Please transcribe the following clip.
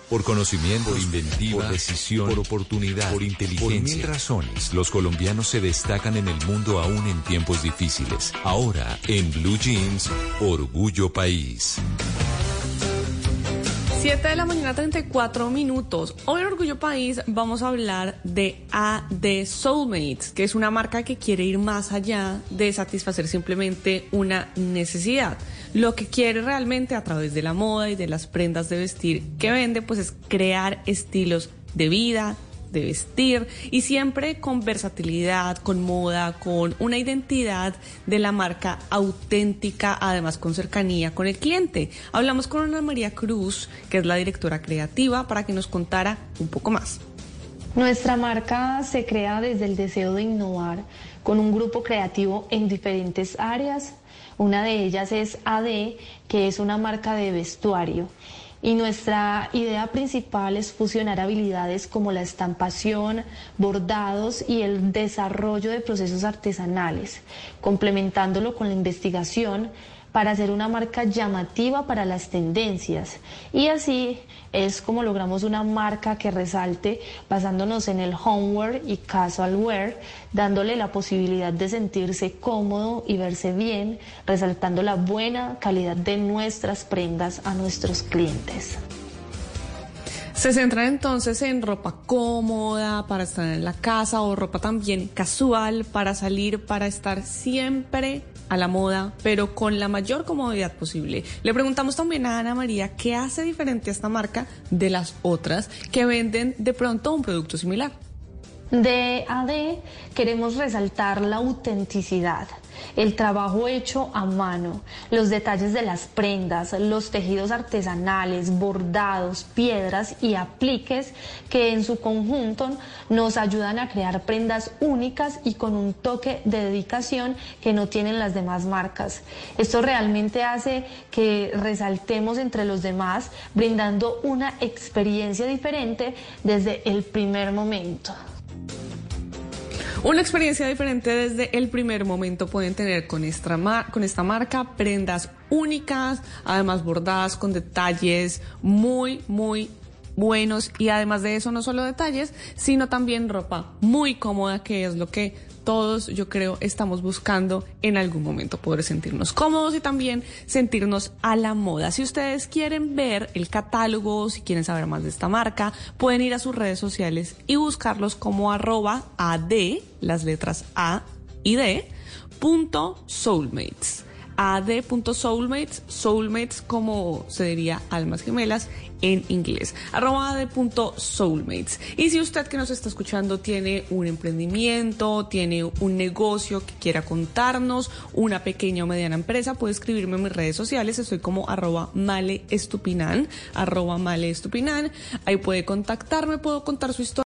Por conocimiento, por inventiva, por decisión, por oportunidad, por inteligencia. Por 1000 razones, los colombianos se destacan en el mundo aún en tiempos difíciles. Ahora, en Blue Jeans, Orgullo País. 7:34 a.m. Hoy en Orgullo País vamos a hablar de AD Soulmates, que es una marca que quiere ir más allá de satisfacer simplemente una necesidad. Lo que quiere realmente a través de la moda y de las prendas de vestir que vende, pues es crear estilos de vida, de vestir, y siempre con versatilidad, con moda, con una identidad de la marca auténtica, además con cercanía con el cliente. Hablamos con Ana María Cruz, que es la directora creativa, para que nos contara un poco más. Nuestra marca se crea desde el deseo de innovar con un grupo creativo en diferentes áreas. Una de ellas es AD, que es una marca de vestuario. Y nuestra idea principal es fusionar habilidades como la estampación, bordados y el desarrollo de procesos artesanales, complementándolo con la investigación para hacer una marca llamativa para las tendencias. Y así es como logramos una marca que resalte basándonos en el homeware y casual wear, dándole la posibilidad de sentirse cómodo y verse bien, resaltando la buena calidad de nuestras prendas a nuestros clientes. Se centran entonces en ropa cómoda para estar en la casa o ropa también casual para salir, para estar siempre a la moda, pero con la mayor comodidad posible. Le preguntamos también a Ana María qué hace diferente a esta marca de las otras que venden de pronto un producto similar. De AD queremos resaltar la autenticidad, el trabajo hecho a mano, los detalles de las prendas, los tejidos artesanales, bordados, piedras y apliques que en su conjunto nos ayudan a crear prendas únicas y con un toque de dedicación que no tienen las demás marcas. Esto realmente hace que resaltemos entre los demás, brindando una experiencia diferente desde el primer momento. Una experiencia diferente desde el primer momento pueden tener con esta marca, prendas únicas, además bordadas con detalles muy buenos, y además de eso no solo detalles, sino también ropa muy cómoda, que es lo que todos, yo creo, estamos buscando en algún momento, poder sentirnos cómodos y también sentirnos a la moda. Si ustedes quieren ver el catálogo, si quieren saber más de esta marca, pueden ir a sus redes sociales y buscarlos como @AD, las letras A y D, .soulmates. ad.soulmates, soulmates como se diría almas gemelas en inglés, @ad.soulmates. Y si usted que nos está escuchando tiene un emprendimiento, tiene un negocio que quiera contarnos, una pequeña o mediana empresa, puede escribirme en mis redes sociales, estoy como @maleestupinan, ahí puede contactarme, puedo contar su historia.